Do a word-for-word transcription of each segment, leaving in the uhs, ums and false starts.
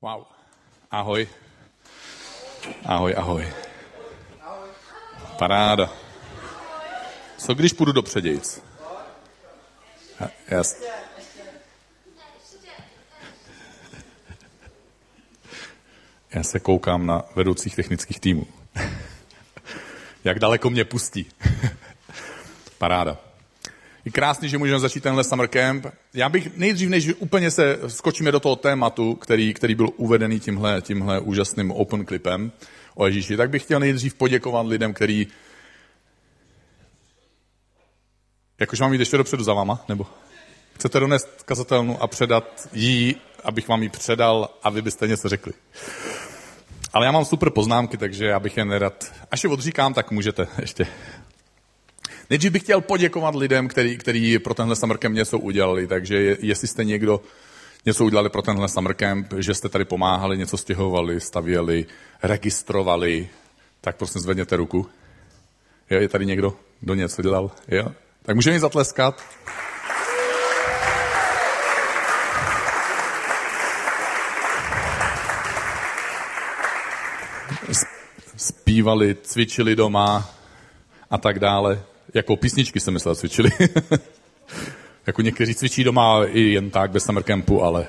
Wow. Ahoj. Ahoj, ahoj. Paráda. Co když půjdu do Předějc? Jas. Já se koukám na vedoucích technických týmů. Jak daleko mě pustí. Paráda. Je krásný, že můžeme začít tenhle summer camp. Já bych nejdřív, než úplně se skočíme do toho tématu, který, který byl uvedený tímhle, tímhle úžasným open clipem o Ježíši, tak bych chtěl nejdřív poděkovat lidem, který... Jakože mám jít ještě dopředu za váma, nebo chcete donést kazatelnu a předat jí, abych vám ji předal a vy byste něco řekli. Ale já mám super poznámky, takže já bych je nerad... Až je odříkám, tak můžete ještě... Nejdřív bych chtěl poděkovat lidem, který, který pro tenhle summer camp něco udělali, takže je, jestli jste někdo něco udělali pro tenhle summer camp, že jste tady pomáhali, něco stěhovali, stavěli, registrovali, tak prosím zvedněte ruku. Jo, je tady někdo, kdo něco dělal? Jo? Tak můžeme jim zatleskat. Zpívali, cvičili doma a tak dále. Jako písničky jsem myslel, cvičili. Jako někteří cvičí doma i jen tak, bez summer campu, ale...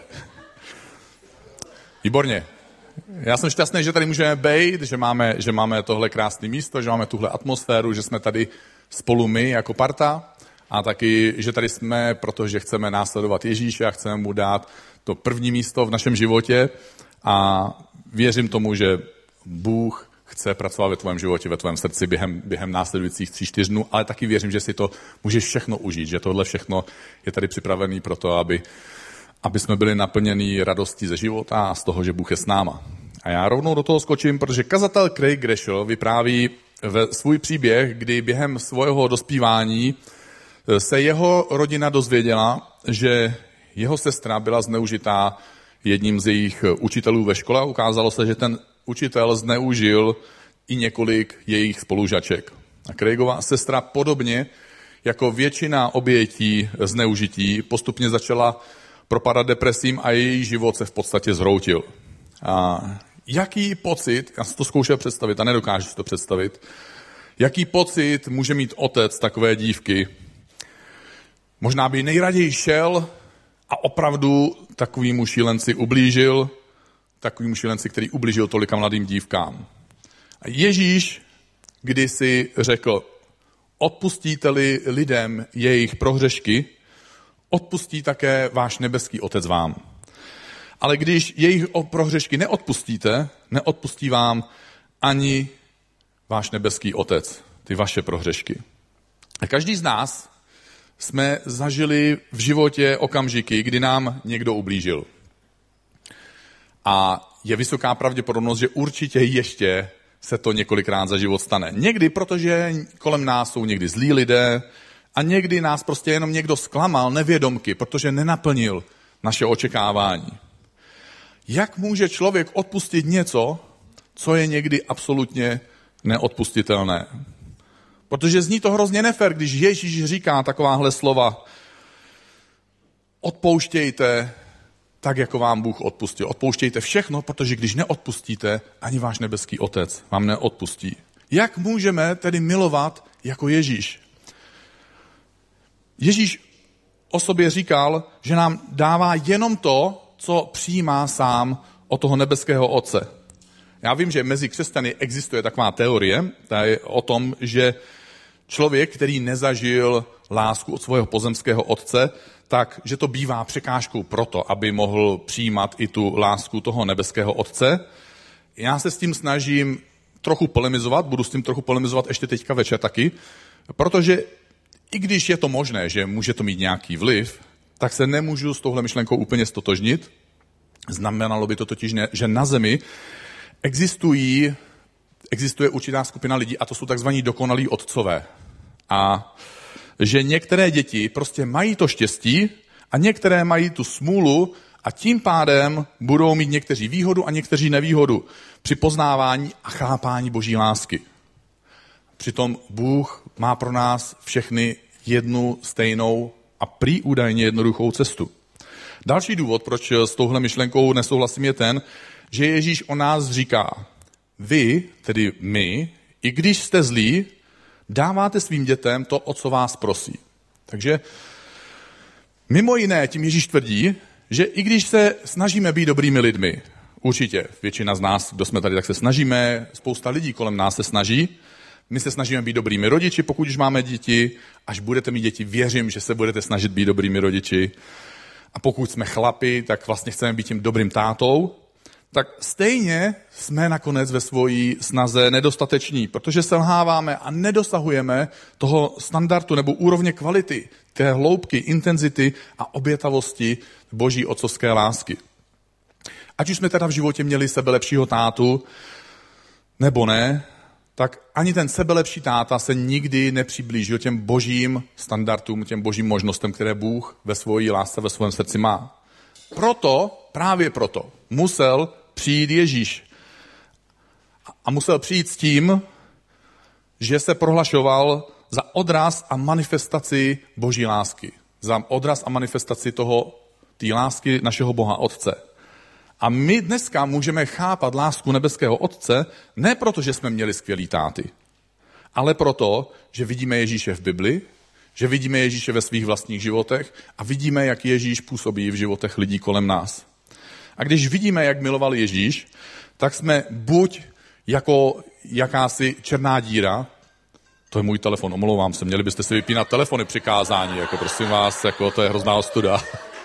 Výborně. Já jsem šťastný, že tady můžeme být, že máme, že máme tohle krásné místo, že máme tuhle atmosféru, že jsme tady spolu my jako parta a taky, že tady jsme, protože chceme následovat Ježíše a chceme mu dát to první místo v našem životě a věřím tomu, že Bůh chce pracovat ve tvém životě, ve tvém srdci během, během následujících tří, čtyř dnů, ale taky věřím, že si to můžeš všechno užít, že tohle všechno je tady připravený pro to, aby, aby jsme byli naplněni radostí ze života a z toho, že Bůh je s náma. A já rovnou do toho skočím, protože kazatel Craig Groeschel vypráví ve svůj příběh, kdy během svého dospívání se jeho rodina dozvěděla, že jeho sestra byla zneužitá jedním z jejich učitelů ve škole a ukázalo se, že ten učitel zneužil i několik jejich spolužaček. A Craigova sestra podobně jako většina obětí zneužití postupně začala propadat depresím a její život se v podstatě zhroutil. A jaký pocit, já si to zkoušel představit a nedokážu si to představit, jaký pocit může mít otec takové dívky? Možná by nejraději šel a opravdu takovýmu šílenci ublížil, takovýmu šílenci, který ublížil tolika mladým dívkám. A Ježíš kdysi řekl, odpustíte-li lidem jejich prohřešky, odpustí také váš nebeský otec vám. Ale když jejich prohřešky neodpustíte, neodpustí vám ani váš nebeský otec, ty vaše prohřešky. A každý z nás jsme zažili v životě okamžiky, kdy nám někdo ublížil. A je vysoká pravděpodobnost, že určitě ještě se to několikrát za život stane. Někdy, protože kolem nás jsou někdy zlí lidé a někdy nás prostě jenom někdo zklamal nevědomky, protože nenaplnil naše očekávání. Jak může člověk odpustit něco, co je někdy absolutně neodpustitelné? Protože zní to hrozně nefér, když Ježíš říká takováhle slova. Odpouštějte tak, jako vám Bůh odpustil. Odpouštějte všechno, protože když neodpustíte, ani váš nebeský otec vám neodpustí. Jak můžeme tedy milovat jako Ježíš? Ježíš o sobě říkal, že nám dává jenom to, co přijímá sám od toho nebeského otce. Já vím, že mezi křesťany existuje taková teorie o tom, že člověk, který nezažil lásku od svého pozemského otce, tak, že to bývá překážkou proto, aby mohl přijímat i tu lásku toho nebeského otce. Já se s tím snažím trochu polemizovat, budu s tím trochu polemizovat ještě teďka večer taky, protože i když je to možné, že může to mít nějaký vliv, tak se nemůžu s touhle myšlenkou úplně stotožnit. Znamenalo by to totiž, ne, že na zemi existují, existuje určitá skupina lidí a to jsou takzvaní dokonalí otcové. A že některé děti prostě mají to štěstí a některé mají tu smůlu a tím pádem budou mít někteří výhodu a někteří nevýhodu při poznávání a chápání Boží lásky. Přitom Bůh má pro nás všechny jednu stejnou a prý údajně jednoduchou cestu. Další důvod, proč s touhle myšlenkou nesouhlasím, je ten, že Ježíš o nás říká, vy, tedy my, i když jste zlí, dáváte svým dětem to, o co vás prosí. Takže mimo jiné tím Ježíš tvrdí, že i když se snažíme být dobrými lidmi, určitě většina z nás, kdo jsme tady, tak se snažíme, spousta lidí kolem nás se snaží, my se snažíme být dobrými rodiči, pokud už máme děti, až budete mít děti, věřím, že se budete snažit být dobrými rodiči. A pokud jsme chlapi, tak vlastně chceme být tím dobrým tátou, tak stejně jsme nakonec ve svojí snaze nedostateční, protože selháváme a nedosahujeme toho standardu nebo úrovně kvality, té hloubky, intenzity a obětavosti boží otcovské lásky. Ať už jsme teda v životě měli sebelepšího tátu, nebo ne, tak ani ten sebelepší táta se nikdy nepřiblížil těm božím standardům, těm božím možnostem, které Bůh ve svojí lásce, ve svém srdci má. Proto, právě proto, musel přijít Ježíš. A musel přijít s tím, že se prohlašoval za odraz a manifestaci boží lásky. Za odraz a manifestaci toho, té lásky našeho Boha Otce. A my dneska můžeme chápat lásku nebeského Otce ne proto, že jsme měli skvělý táty, ale proto, že vidíme Ježíše v Bibli, že vidíme Ježíše ve svých vlastních životech a vidíme, jak Ježíš působí v životech lidí kolem nás. A když vidíme, jak miloval Ježíš, tak jsme buď jako jakási černá díra, to je můj telefon, omlouvám se, měli byste si vypínat telefony při kázání, jako prosím vás, jako to je hrozná ostuda.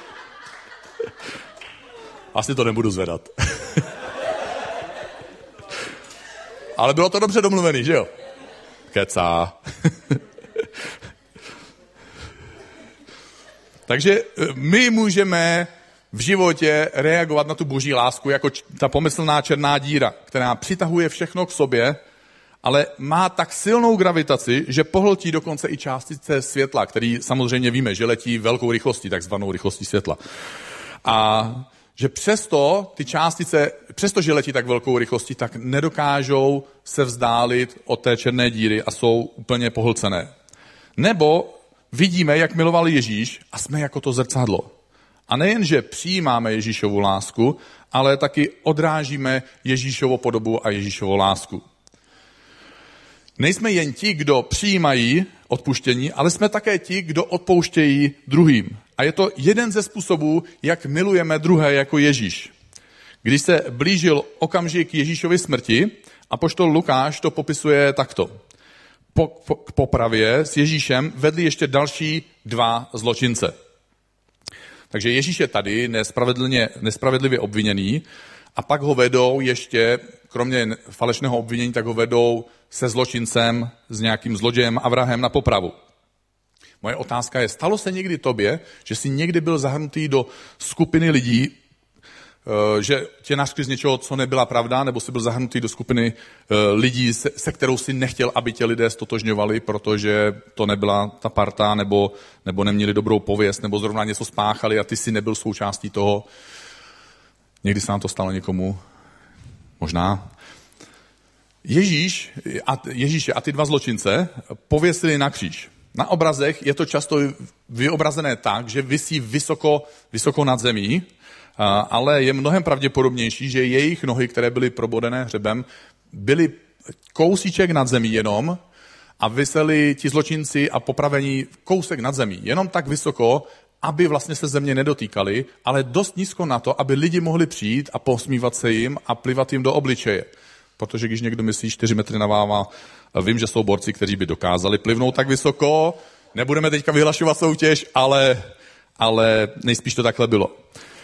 Asi to nebudu zvedat. Ale bylo to dobře domluvený, že jo? Kecá. Takže my můžeme v životě reagovat na tu boží lásku jako ta pomyslná černá díra, která přitahuje všechno k sobě, ale má tak silnou gravitaci, že pohltí dokonce i částice světla, který samozřejmě víme, že letí velkou rychlostí, takzvanou rychlostí světla. A že přesto ty částice, přesto, že letí tak velkou rychlostí, tak nedokážou se vzdálit od té černé díry a jsou úplně pohlcené. Nebo vidíme, jak miloval Ježíš a jsme jako to zrcadlo. A nejen, že přijímáme Ježíšovu lásku, ale taky odrážíme Ježíšovu podobu a Ježíšovu lásku. Nejsme jen ti, kdo přijímají odpuštění, ale jsme také ti, kdo odpouštějí druhým. A je to jeden ze způsobů, jak milujeme druhé jako Ježíš. Když se blížil okamžik Ježíšovy smrti, apoštol Lukáš to popisuje takto. Po, po, k popravě s Ježíšem vedli ještě další dva zločince. Takže Ježíš je tady nespravedlivě, nespravedlivě obviněný a pak ho vedou ještě, kromě falešného obvinění, tak ho vedou se zločincem, s nějakým zlodějem a vrahem na popravu. Moje otázka je, stalo se někdy tobě, že jsi někdy byl zahrnutý do skupiny lidí, že tě našli z něčeho, co nebyla pravda, nebo jsi byl zahrnutý do skupiny lidí, se, se kterou jsi nechtěl, aby tě lidé stotožňovali, protože to nebyla ta parta, nebo, nebo neměli dobrou pověst, nebo zrovna něco spáchali a ty jsi nebyl součástí toho. Někdy se nám to stalo někomu? Možná. Ježíš a, Ježíše a ty dva zločince pověsili na kříž. Na obrazech je to často vyobrazené tak, že visí vysoko, vysoko nad zemí, ale je mnohem pravděpodobnější, že jejich nohy, které byly probodené hřebem, byly kousíček nad zemí jenom a viseli ti zločinci a popravení kousek nad zemí. Jenom tak vysoko, aby vlastně se země nedotýkali, ale dost nízko na to, aby lidi mohli přijít a posmívat se jim a plivat jim do obličeje. Protože když někdo myslí čtyři metry na váma, vím, že jsou borci, kteří by dokázali plivnout tak vysoko, nebudeme teďka vyhlašovat soutěž, ale, ale nejspíš to takhle bylo.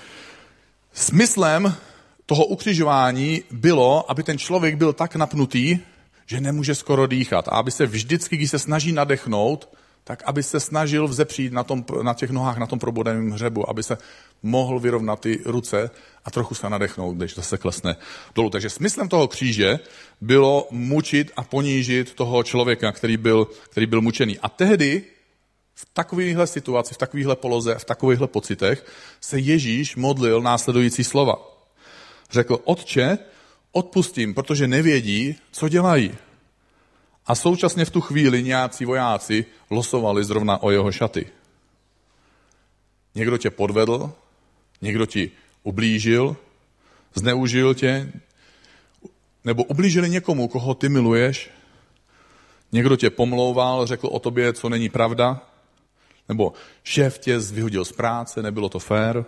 Smyslem toho ukřižování bylo, aby ten člověk byl tak napnutý, že nemůže skoro dýchat. A aby se vždycky, když se snaží nadechnout, tak aby se snažil vzepřít na, tom, na těch nohách, na tom probodeném hřebu, aby se mohl vyrovnat ty ruce a trochu se nadechnout, když zase klesne dolů. Takže smyslem toho kříže bylo mučit a ponížit toho člověka, který byl, který byl mučený. A tehdy v takovéhle situaci, v takovéhle poloze, v takovýchhle pocitech se Ježíš modlil následující slova. Řekl, Otče, odpustím, protože nevědí, co dělají. A současně v tu chvíli nějací vojáci losovali zrovna o jeho šaty. Někdo tě podvedl, Někdo ti ublížil, zneužil tě, nebo ublížili někomu, koho ty miluješ. Někdo tě pomlouval, řekl o tobě, co není pravda. Nebo šéf tě vyhodil z práce, nebylo to fér.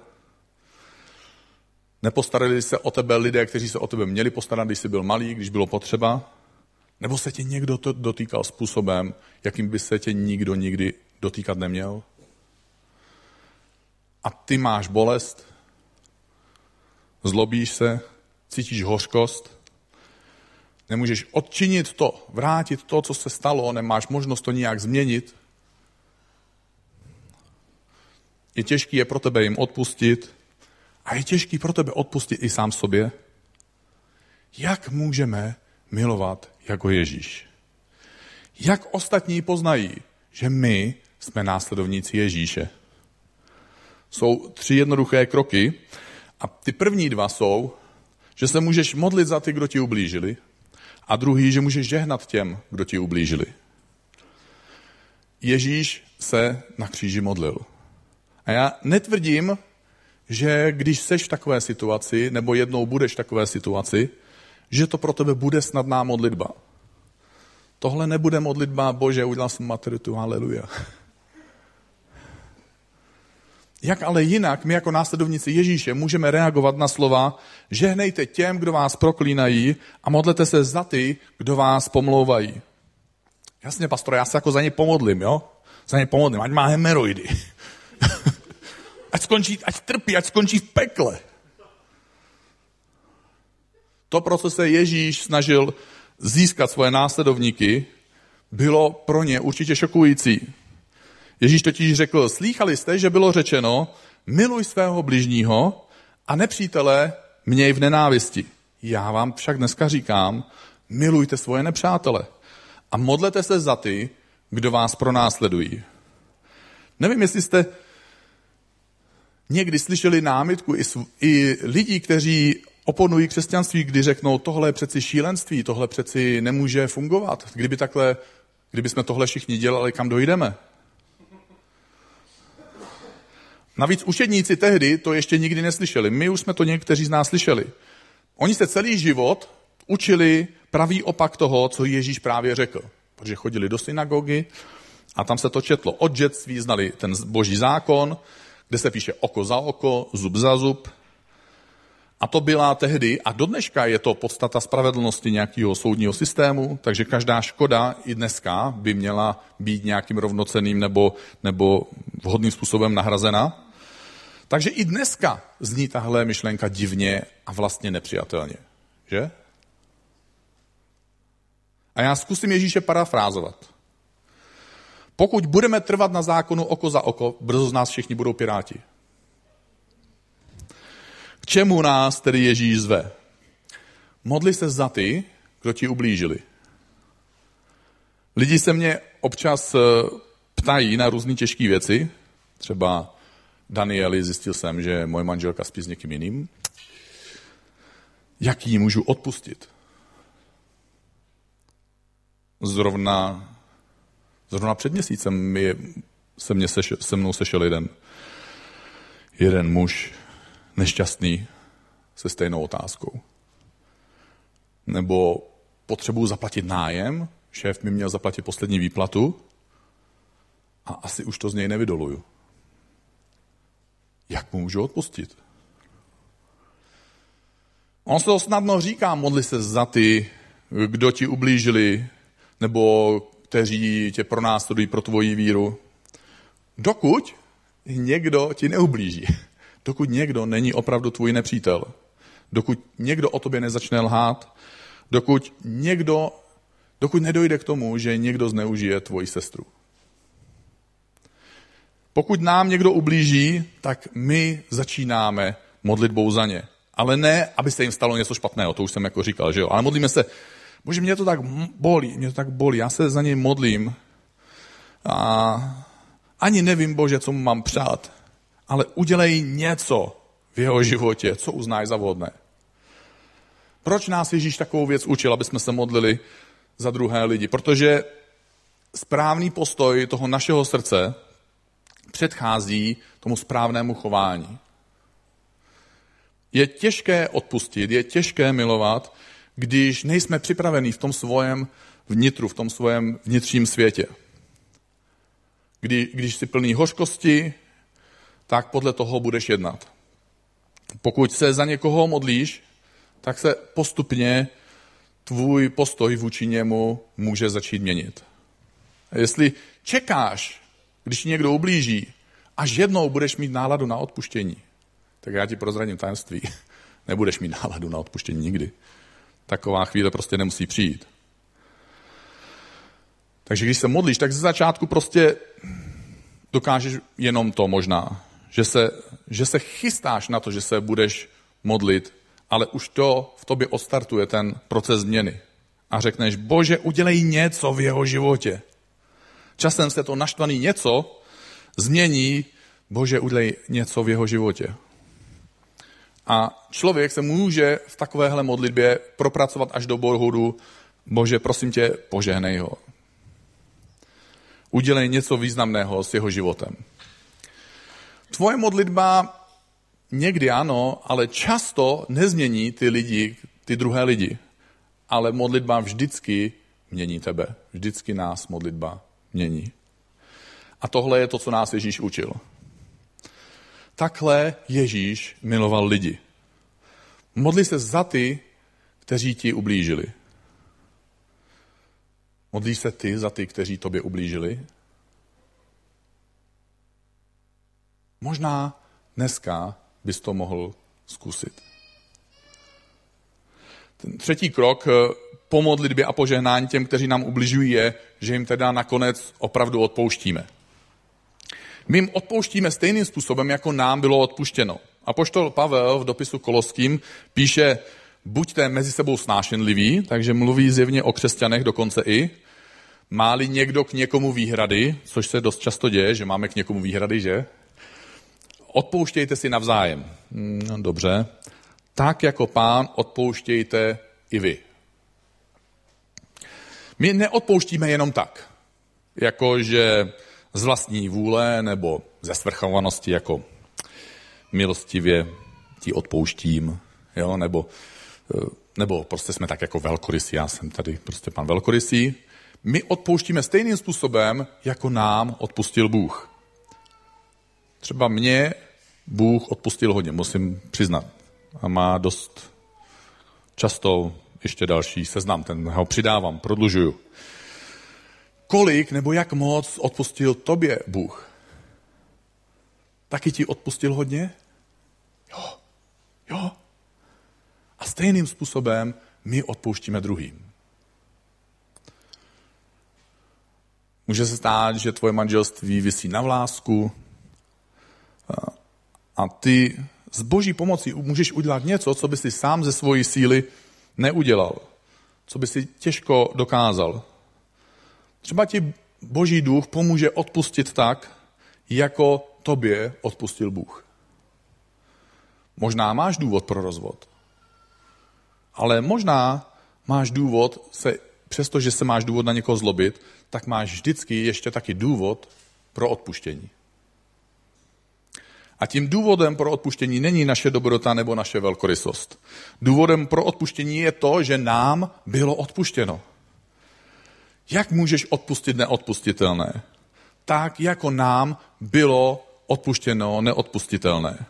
Nepostarali se o tebe lidé, kteří se o tebe měli postarat, když jsi byl malý, když bylo potřeba. Nebo se tě někdo to dotýkal způsobem, jakým by se tě nikdo nikdy dotýkat neměl. A ty máš bolest, zlobíš se, cítíš hořkost, nemůžeš odčinit to, vrátit to, co se stalo, nemáš možnost to nijak změnit. Je těžký je pro tebe jim odpustit a je těžký pro tebe odpustit i sám sobě. Jak můžeme milovat jako Ježíš? Jak ostatní poznají, že my jsme následovníci Ježíše? Jsou tři jednoduché kroky a ty první dva jsou, že se můžeš modlit za ty, kdo ti ublížili, a druhý, že můžeš žehnat těm, kdo ti ublížili. Ježíš se na kříži modlil. A já netvrdím, že když seš v takové situaci, nebo jednou budeš v takové situaci, že to pro tebe bude snadná modlitba. Tohle nebude modlitba, Bože, udělal jsem maturitu, haleluja. Jak ale jinak my jako následovníci Ježíše můžeme reagovat na slova žehnejte těm, kdo vás proklínají a modlete se za ty, kdo vás pomlouvají. Jasně, pastore, já se jako za ně pomodlím, jo? Za ně pomodlím, ať má hemeroidy. Ať skončí, ať trpí, ať skončí v pekle. To, pro co se Ježíš snažil získat svoje následovníky, bylo pro ně určitě šokující. Ježíš totiž řekl, slýchali jste, že bylo řečeno, miluj svého bližního a nepřítele měj v nenávisti. Já vám však dneska říkám, milujte svoje nepřátele a modlete se za ty, kdo vás pronásledují. Nevím, jestli jste někdy slyšeli námitku i, i lidí, kteří oponují křesťanství, kdy řeknou, tohle je přeci šílenství, tohle přeci nemůže fungovat. Kdyby takhle, kdyby jsme tohle všichni dělali, kam dojdeme? Navíc učedníci tehdy to ještě nikdy neslyšeli. My už jsme to někteří z nás slyšeli. Oni se celý život učili pravý opak toho, co Ježíš právě řekl. Protože chodili do synagogy a tam se to četlo. Od dětství znali ten boží zákon, kde se píše oko za oko, zub za zub. A to byla tehdy, a do dneška je to podstata spravedlnosti nějakého soudního systému, takže každá škoda i dneska by měla být nějakým rovnocenným nebo, nebo vhodným způsobem nahrazena. Takže i dneska zní tahle myšlenka divně a vlastně nepřijatelně. Že? A já zkusím Ježíše parafrázovat. Pokud budeme trvat na zákonu oko za oko, brzo z nás všichni budou piráti. K čemu nás tedy Ježíš zve? Modli se za ty, kdo ti ublížili. Lidi se mě občas ptají na různé těžké věci. Třeba Danieli, zjistil jsem, že moje manželka spí s někým jiným. Jak jí můžu odpustit? Zrovna, zrovna před měsícem je, se, mě sešel, se mnou sešel jeden, jeden muž nešťastný se stejnou otázkou. Nebo potřebuji zaplatit nájem, šéf mi měl zaplatit poslední výplatu a asi už to z něj nevydoluju. Jak mu můžu odpustit? On se to snadno říká, modli se za ty, kdo ti ublížili, nebo kteří tě pronásledují pro tvoji víru. Dokud někdo ti neublíží. Dokud někdo není opravdu tvůj nepřítel. Dokud někdo o tobě nezačne lhát. Dokud někdo, dokud nedojde k tomu, že někdo zneužije tvoji sestru. Pokud nám někdo ublíží, tak my začínáme modlitbou za ně. Ale ne, aby se jim stalo něco špatného, to už jsem jako říkal, že jo. Ale modlíme se, bože, mě to tak bolí, mě to tak bolí, já se za něj modlím. A ani nevím, Bože, co mu mám přát, ale udělej něco v jeho životě, co uznáš za vhodné. Proč nás Ježíš takovou věc učil, aby jsme se modlili za druhé lidi? Protože správný postoj toho našeho srdce předchází tomu správnému chování. Je těžké odpustit, je těžké milovat, když nejsme připraveni v tom svém vnitru, v tom svém vnitřním světě. Kdy, když jsi plný hořkosti, tak podle toho budeš jednat. Pokud se za někoho modlíš, tak se postupně tvůj postoj vůči němu může začít měnit. A jestli čekáš, když někdo ublíží, až jednou budeš mít náladu na odpuštění, tak já ti prozradím tajemství. Nebudeš mít náladu na odpuštění nikdy. Taková chvíle prostě nemusí přijít. Takže když se modlíš, tak ze začátku prostě dokážeš jenom to možná. Že se, že se chystáš na to, že se budeš modlit, ale už to v tobě odstartuje ten proces změny. A řekneš, Bože, udělej něco v jeho životě. Časem se to naštvaný něco změní, Bože, udělej něco v jeho životě. A člověk se může v takovéhle modlitbě propracovat až do bodu, Bože, prosím tě, požehnej ho. Udělej něco významného s jeho životem. Tvoje modlitba někdy ano, ale často nezmění ty lidi, ty druhé lidi. Ale modlitba vždycky mění tebe. Vždycky nás modlitba mění. A tohle je to, co nás Ježíš učil. Takhle Ježíš miloval lidi. Modli se za ty, kteří ti ublížili. Modlíš se ty za ty, kteří tobě ublížili? Možná dneska bys to mohl zkusit. Ten třetí krok po modlitbě a požehnání těm, kteří nám ubližují, je, že jim teda nakonec opravdu odpouštíme. My jim odpouštíme stejným způsobem, jako nám bylo odpuštěno. Apoštol Pavel v dopisu Koloským píše, buďte mezi sebou snášenliví, takže mluví zjevně o křesťanech dokonce i. Má-li někdo k někomu výhrady, což se dost často děje, že máme k někomu výhrady, že? Odpouštějte si navzájem. No, dobře. Tak jako Pán odpouštějte i vy. My neodpouštíme jenom tak, jakože z vlastní vůle nebo ze svrchovanosti, jako milostivě ti odpouštím, jo? Nebo, nebo prostě jsme tak jako velkorysí, já jsem tady prostě pan velkorysí. My odpouštíme stejným způsobem, jako nám odpustil Bůh. Třeba mě Bůh odpustil hodně, musím přiznat. A má dost často ještě další seznam, ten ho přidávám, prodlužuju. Kolik nebo jak moc odpustil tobě Bůh? Taky ti odpustil hodně? Jo, jo. A stejným způsobem my odpouštíme druhým. Může se stát, že tvoje manželství visí na vlásku a ty s Boží pomocí můžeš udělat něco, co by si sám ze svojí síly neudělal. Co by si těžko dokázal. Třeba ti Boží duch pomůže odpustit tak, jako tobě odpustil Bůh. Možná máš důvod pro rozvod. Ale možná máš důvod, se, přestože se máš důvod na někoho zlobit, tak máš vždycky ještě taky důvod pro odpuštění. A tím důvodem pro odpuštění není naše dobrota nebo naše velkorysost. Důvodem pro odpuštění je to, že nám bylo odpuštěno. Jak můžeš odpustit neodpustitelné? Tak, jako nám bylo odpuštěno neodpustitelné.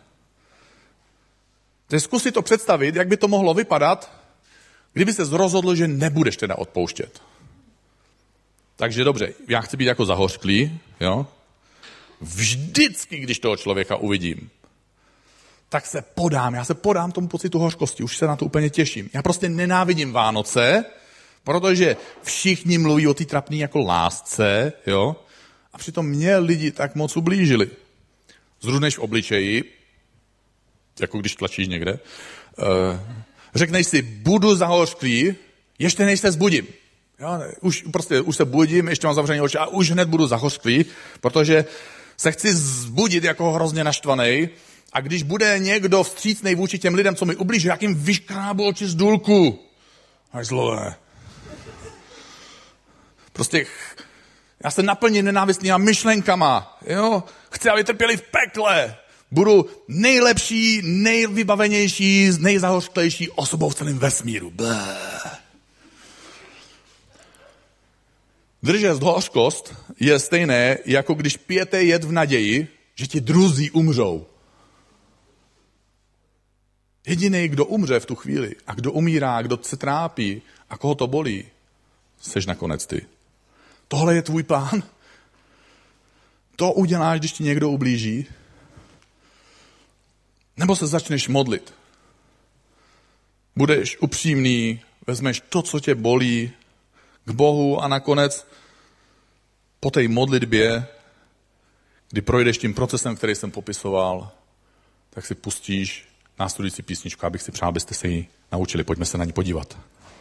Teď zkus si to představit, jak by to mohlo vypadat, kdyby se rozhodl, že nebudeš teda odpouštět. Takže dobře, já chci být jako zahořklý, jo? Vždycky, když toho člověka uvidím, tak se podám, já se podám tomu pocitu hořkosti, už se na to úplně těším. Já prostě nenávidím Vánoce, protože všichni mluví o té trapný jako lásce, jo? A přitom mě lidi tak moc ublížili. Zrudneš v obličeji, jako když tlačíš někde, řekneš si, budu zahořklý, ještě než se zbudím. Jo? Už, prostě, už se budím, ještě mám zavřené oči a už hned budu zahořklý, protože se chci zbudit jako hrozně naštvanej a když bude někdo vstřícnej vůči těm lidem, co mi ublíží, jak jim vyškrábu oči z důlku. Až zlové. Prostě já se naplním nenávistnýma myšlenkama. Jo? Chci, aby trpěli v pekle. budu nejlepší, nejvybavenější, nejzahořklejší osobou v celém vesmíru. Blé. Držet hořkost je stejné, jako když pijete jed v naději, že ti druzí umřou. Jediný, kdo umře v tu chvíli a kdo umírá, kdo se trápí a koho to bolí, seš nakonec ty. Tohle je tvůj plán? To uděláš, když ti někdo ublíží? Nebo se začneš modlit? Budeš upřímný, vezmeš to, co tě bolí, k Bohu a nakonec po té modlitbě, kdy projdeš tím procesem, který jsem popisoval, tak si pustíš následující písničku, abych si přál, abyste se ji naučili. Pojďme se na ní podívat.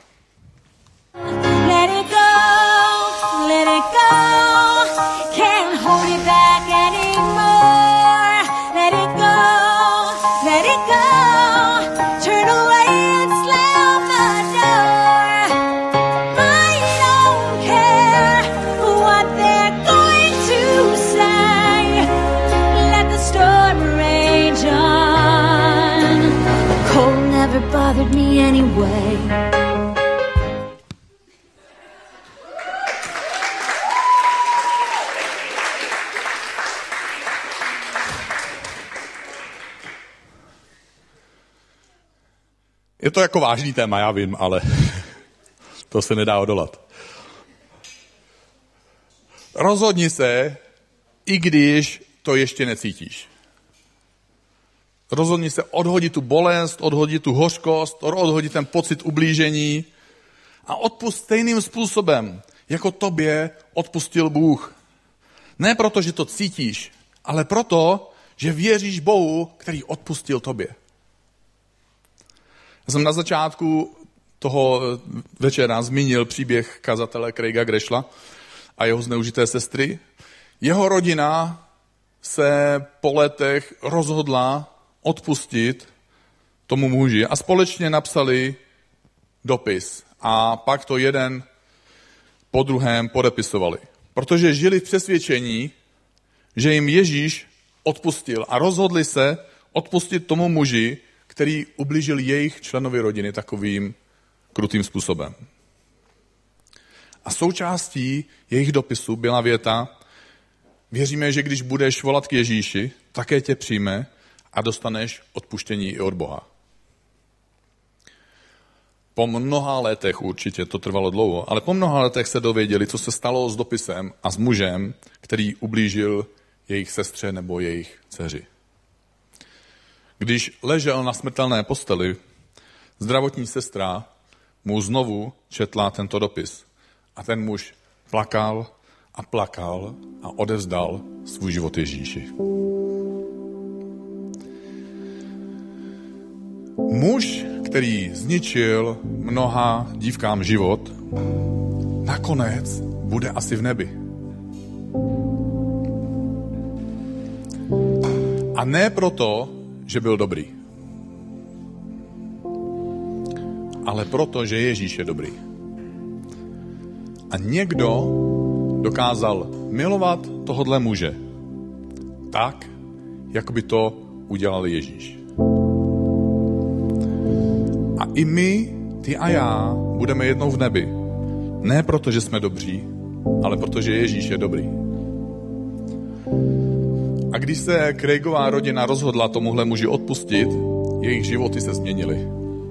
Let it go, let it go, can't hold it back anymore. Let it go, let it go, turn away and slam the door. I don't care what they're going to say. Let the storm rage on. The cold never bothered me anyway. Je to jako vážný téma, já vím, ale to se nedá odolat. Rozhodni se, i když to ještě necítíš. Rozhodni se odhodit tu bolest, odhodit tu hořkost, odhodit ten pocit ublížení a odpust stejným způsobem, jako tobě odpustil Bůh. Ne proto, že to cítíš, ale proto, že věříš Bohu, který odpustil tobě. Já jsem na začátku toho večera zmínil příběh kazatele Craiga Greshla a jeho zneužité sestry. Jeho rodina se po letech rozhodla odpustit tomu muži a společně napsali dopis a pak to jeden po druhém podepisovali. Protože žili v přesvědčení, že jim Ježíš odpustil a rozhodli se odpustit tomu muži, který ublížil jejich členovi rodiny takovým krutým způsobem. A součástí jejich dopisu byla věta: věříme, že když budeš volat k Ježíši, také tě přijme a dostaneš odpuštění i od Boha. Po mnoha letech, určitě to trvalo dlouho, ale po mnoha letech se dověděli, co se stalo s dopisem a s mužem, který ublížil jejich sestře nebo jejich dceři. Když ležel na smrtelné posteli, zdravotní sestra mu znovu četla tento dopis. A ten muž plakal a plakal a odevzdal svůj život Ježíši. Muž, který zničil mnoha dívkám život, nakonec bude asi v nebi. A ne proto, že byl dobrý, ale proto, že Ježíš je dobrý. A někdo dokázal milovat tohodle muže tak, jak by to udělal Ježíš. A i my, ty a já, budeme jednou v nebi. Ne proto, že jsme dobří, ale protože Ježíš je dobrý. A když se Craigová rodina rozhodla tomuhle muži odpustit, jejich životy se změnily.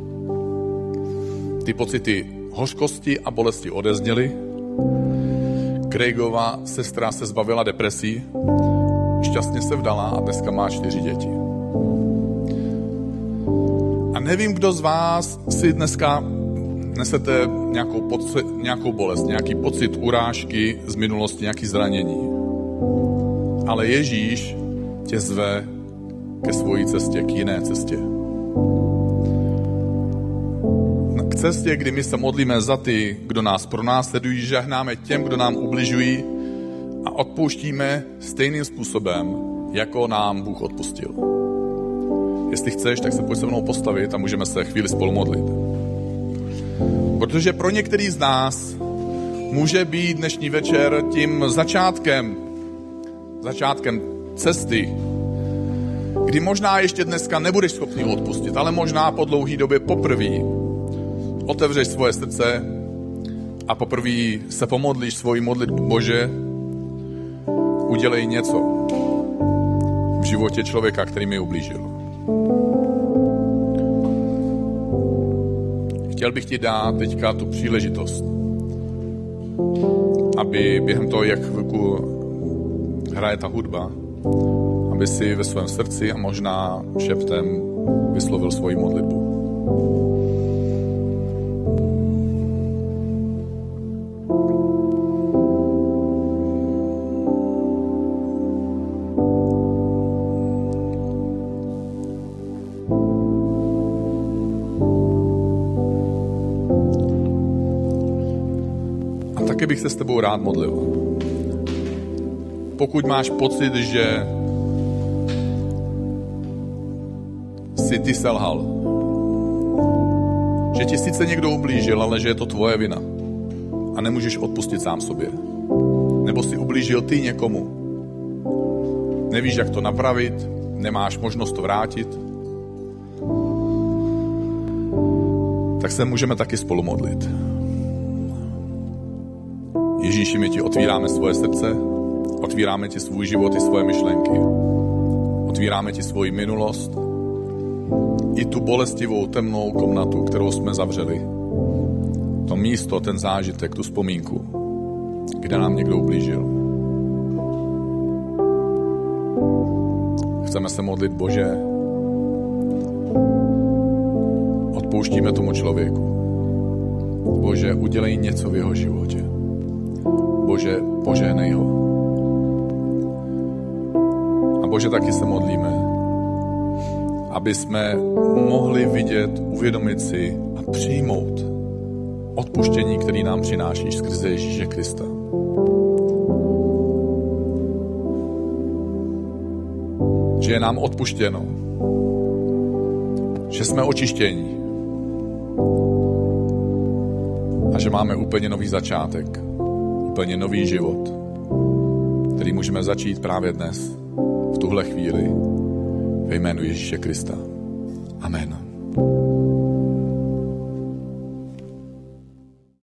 Ty pocity hořkosti a bolesti odezněly. Craigová sestra se zbavila depresí, šťastně se vdala a dneska má čtyři děti. A nevím, kdo z vás si dneska nesete nějakou, pocit, nějakou bolest, nějaký pocit urážky z minulosti, nějaký zranění. Ale Ježíš tě zve ke svojí cestě, k jiné cestě. K cestě, kdy my se modlíme za ty, kdo nás pronásledují, žehnáme těm, kdo nám ubližují a odpouštíme stejným způsobem, jako nám Bůh odpustil. Jestli chceš, tak se pojď se mnou postavit a můžeme se chvíli spolu modlit. Protože pro některý z nás může být dnešní večer tím začátkem, začátkem cesty, kdy možná ještě dneska nebudeš schopný odpustit, ale možná po dlouhé době poprvé otevřeš svoje srdce a poprvé se pomodlíš svoji modlitbu. Bože, udělej něco v životě člověka, který mi ublížil. Chtěl bych ti dát teďka tu příležitost, aby během toho, jak chvilku hraje ta hudba, aby si ve svém srdci a možná šeptem vyslovil svoji modlitbu. A taky bych se s tebou rád modlil. Pokud máš pocit, že si ty selhal, že ti sice někdo ublížil, ale že je to tvoje vina a nemůžeš odpustit sám sobě, nebo si ublížil ty někomu, nevíš, jak to napravit, nemáš možnost to vrátit, tak se můžeme taky spolu modlit. Ježíši, my ti otvíráme svoje srdce, otvíráme ti svůj život i svoje myšlenky. Otvíráme ti svoji minulost i tu bolestivou temnou komnatu, kterou jsme zavřeli. To místo, ten zážitek, tu vzpomínku, kde nám někdo ublížil. Chceme se modlit, Bože, odpouštíme tomu člověku. Bože, udělej něco v jeho životě. Bože, požehnej ho. A Bože, taky se modlíme, aby jsme mohli vidět, uvědomit si a přijmout odpuštění, který nám přinášíš skrze Ježíše Krista. Že je nám odpuštěno, že jsme očištěni a že máme úplně nový začátek, úplně nový život, který můžeme začít právě dnes, v tuhle chvíli, ve jménu Ježíše Krista. Amen.